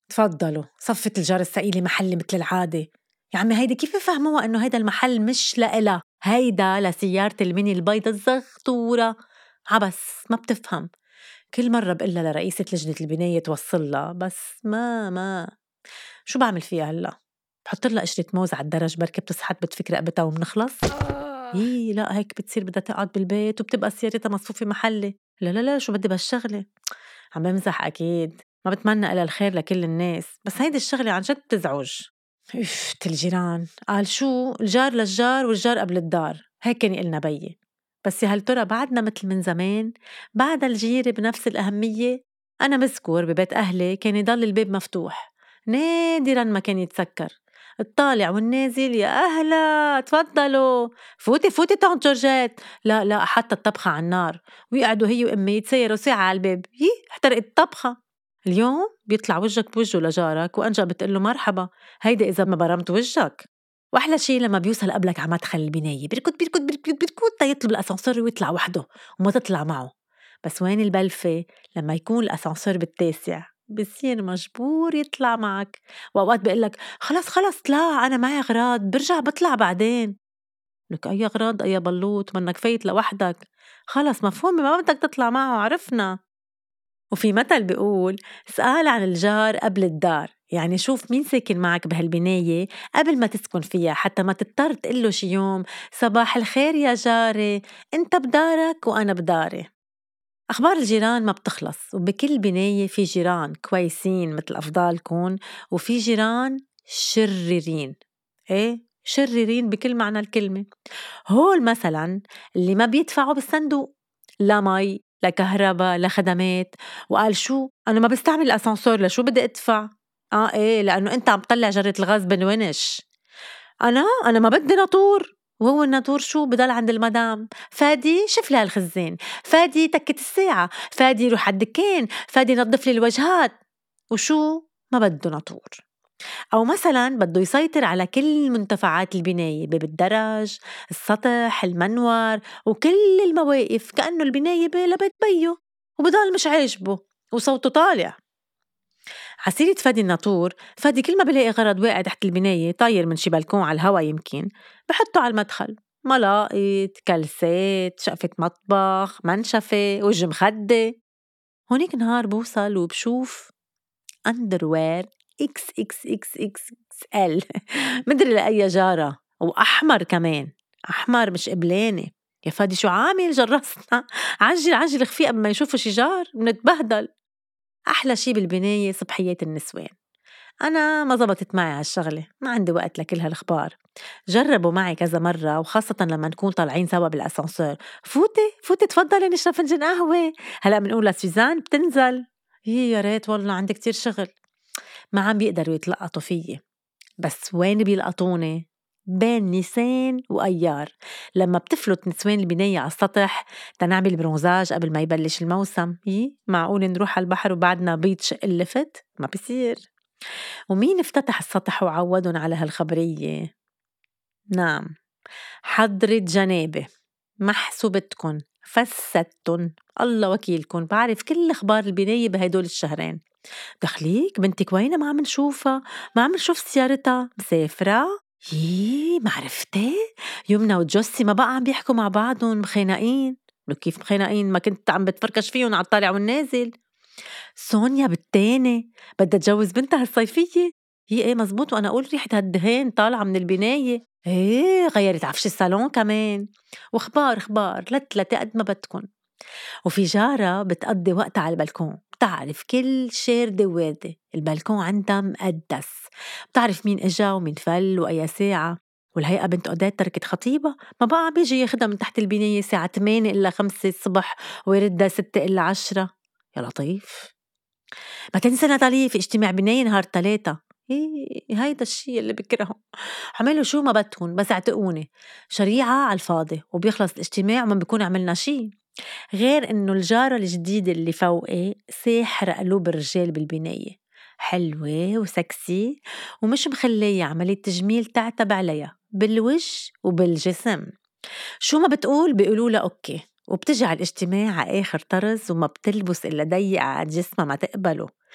تفضلوا صفة الجار الثقيلة محلي مثل العادة. يا عمي هيدي كيف يفهموها إنه هيدا المحل مش لإلها، هيدا لسيارة الميني البيضة الزغطورة. عبس ما بتفهم. كل مرة بقلها لرئيسة لجنة البناية توصلها، بس ما شو بعمل فيها هلأ؟ بحط لها قشرة موز على الدرج بركي بتصحى بتفك رقبتها وبنخلص. إيه لا هيك بتصير بدها تقعد بالبيت وبتبقى سيارتها مصفوفة محلي. لا شو بدي بهالشغلة؟ عم بمزح أكيد، ما بتمنى إلا الخير لكل الناس، بس هيدي الشغلة عن جد بتزعج. الجيران قال شو الجار للجار والجار قبل الدار، هيك كان يقلنا بيي. بس يا هل ترى بعدنا مثل من زمان؟ بعد الجيرة بنفس الأهمية؟ أنا مذكور ببيت أهلي كان يضل الباب مفتوح نادراً ما كان يتسكر، الطالع والنازل يا أهلا تفضلوا فوتي طنط جورجيت. لا حتى الطبخة على النار، ويقعدوا هي وأمي يتسيروا ساعة على الباب، احترقت الطبخة. اليوم بيطلع وجهك بوجه لجارك وأنجا بتقله مرحبا، هيدا إذا ما برمت وجهك. وأحلى شي لما بيوصل قبلك على مدخل البناية بيركض يطلب الأسانسور ويطلع وحده وما تطلع معه. بس وين البلفة لما يكون الأسانسور بالتاسع بصير مجبور يطلع معك، وأوقات بيقلك خلص لا أنا معي أغراض برجع بطلع بعدين. لك أي أغراض أي بلوط منك فايت لوحدك، خلص مفهومي ما بدك تطلع معه عرفنا. وفي مثل بيقول اسأل عن الجار قبل الدار، يعني شوف مين ساكن معك بهالبناية قبل ما تسكن فيها حتى ما تضطر تقله شي يوم صباح الخير يا جاري انت بدارك وأنا بداري. أخبار الجيران ما بتخلص، وبكل بناية في جيران كويسين مثل أفضالكم وفي جيران شريرين. إيه شريرين بكل معنى الكلمة. هول مثلا اللي ما بيدفعوا بالصندوق، لا مي لا كهرباء لا خدمات، وقال شو أنا ما بستعمل الأسانسور لشو بدي أدفع؟ إيه لأنه أنت عم تطلع جرة الغاز بنونش. أنا ما بدي ناطور، وهو الناطور شو بدل عند المدام فادي شوف لها الخزان، فادي تكت الساعة، فادي روح على الدكان، فادي نظف لي الوجهات، وشو ما بده ناطور. أو مثلا بده يسيطر على كل منتفعات البناية، باب الدرج السطح المنور وكل المواقف كأنه البناية لبيت بيو، وبضل مش عاجبه وصوته طالع. عسيرة فادي الناطور، فادي كل ما بلاقي غرض واقع تحت البناية طاير من شي بلكون على الهوا يمكن بحطه على المدخل، ملاقط كلسات شقفة مطبخ منشفة وجه مخدة. هونيك نهار بوصل وبشوف أندروير إكس إكس إكس إكس إكس إل مدري لأي جارة، وأحمر كمان، أحمر مش قبلاني. يا فادي شو عامل جرسنا عجل اخفيه قبل ما يشوفوا شي جار بنتبهدل. أحلى شي بالبناية صبحيات النسوان، أنا ما زبطت معي هالشغلة، ما عندي وقت لكل هالأخبار. جربوا معي كذا مرة وخاصة لما نكون طالعين سوا بالأسانسور، فوتي تفضلي نشرب فنجان قهوة، هلأ بنقول لسوزان بتنزل. يا ريت والله عندي كتير شغل. ما عم بيقدروا يتلقطوا فيي، بس وين بيلقطوني؟ بين نيسان وأيار لما بتفلت نسوان البناية على السطح تنعمل برونزاج قبل ما يبلش الموسم. معقول نروح على البحر وبعدنا بيض شق اللفت؟ ما بيصير. ومين افتتح السطح وعودن على هالخبرية؟ نعم حضرة جنابة، محسوبتكن فستن الله وكيلكن، بعرف كل أخبار البناية بهدول الشهرين. دخليك بنتك وينها ما عم نشوفها، ما عم نشوف سيارتها مسافرة. معرفتي يمنى وجوسي ما بقى عم بيحكوا مع بعضهم مخينقين. لو كيف مخينقين ما كنت عم بتفركش فيهم على الطالع والنازل. سونيا بالتاني بدها تجوز بنتها هالصيفية. ايه مزبوط، وانا اقول ريحة هالدهان طالعة من البناية. ايه غيرت عفش الصالون كمان. واخبار لتلتة قد ما بدكن. وفي جارة بتقضي وقتها على البلكون، بتعرف كل شاردة وواردة، البلكون عندها مقدس، بتعرف مين اجا ومين فل وأي ساعة. والهيئة بنت أوداد تركت خطيبة ما بقى بيجي ياخدها من تحت البناية ساعة 8 إلا 5 الصبح ويردها 6 إلا 10. يا لطيف. ما تنسى ناتالي في اجتماع بناية نهار 3. هيدا الشي اللي بكرهه. عملوا شو ما بدكن بس اعتقوني شريعة على الفاضي وبيخلص الاجتماع وما بيكون عملنا شي. غير إنه الجارة الجديدة اللي فوقي ساحرة قلوب الرجال بالبناية، حلوة وسكسي ومش مخلية عملية تجميل تعتب عليها بالوجه وبالجسم. شو ما بتقول بيقولوا لها أوكي، وبتجي على الاجتماع على آخر طرز وما بتلبس إلا ضيق على جسمها ما تقبله.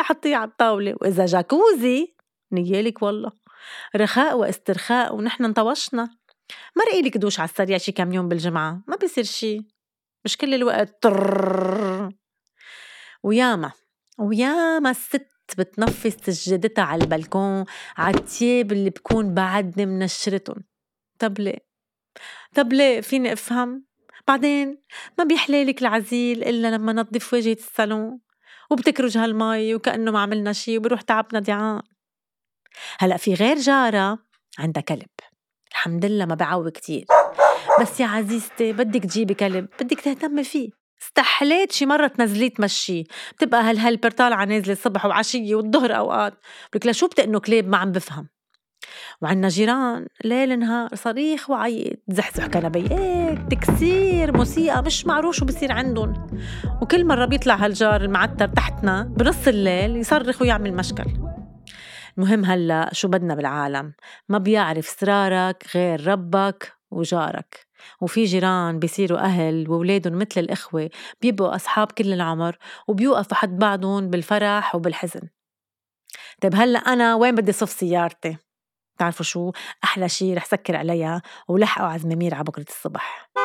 إلا حطيه على الطاولة، وإذا جاكوزي نيالك والله رخاء واسترخاء ونحن انطوشنا. مرقيلك دوش على السريع شي كم يوم بالجمعة، ما بيصير شي، مش كل الوقت وياما الست بتنفس سجادتها على البلكون عالتياب اللي بكون بعدني منشرتن. طب ليه فيني افهم؟ بعدين ما بيحلالك العزيل إلا لما نظف واجهة الصالون وبتكرج هالمي وكأنه ما عملنا شي وبروح تعبنا دعان. هلأ في غير جارة عندها كلب، الحمد لله ما بعوي كتير، بس يا عزيزتي بدك تجيبي كلب بدك تهتمي فيه. استحليت شي مرة تنزليه تمشيه، بتبقى هالهلبر طالعة نازلة الصبح وعشية والظهر أوقات، بقولك لشو بتقنوا كلاب ما عم بفهم. وعنا جيران ليل نهار صريخ وعيط، زحزح كنبيات، تكسير، موسيقى مش معروف شو بصير عندن. وكل مرة بيطلع هالجار المعتر تحتنا بنص الليل يصرخ ويعمل مشكل. المهم هلأ شو بدنا بالعالم، ما بيعرف سرارك غير ربك وجارك. وفي جيران بيصيروا أهل وولادهم مثل الإخوة، بيبقوا أصحاب كل العمر وبيوقفوا حد بعضهم بالفرح وبالحزن. طيب هلأ أنا وين بدي صف سيارتي؟ تعرفوا شو أحلى شي رح سكر عليها ولحقوا عزممير على بكرة الصبح.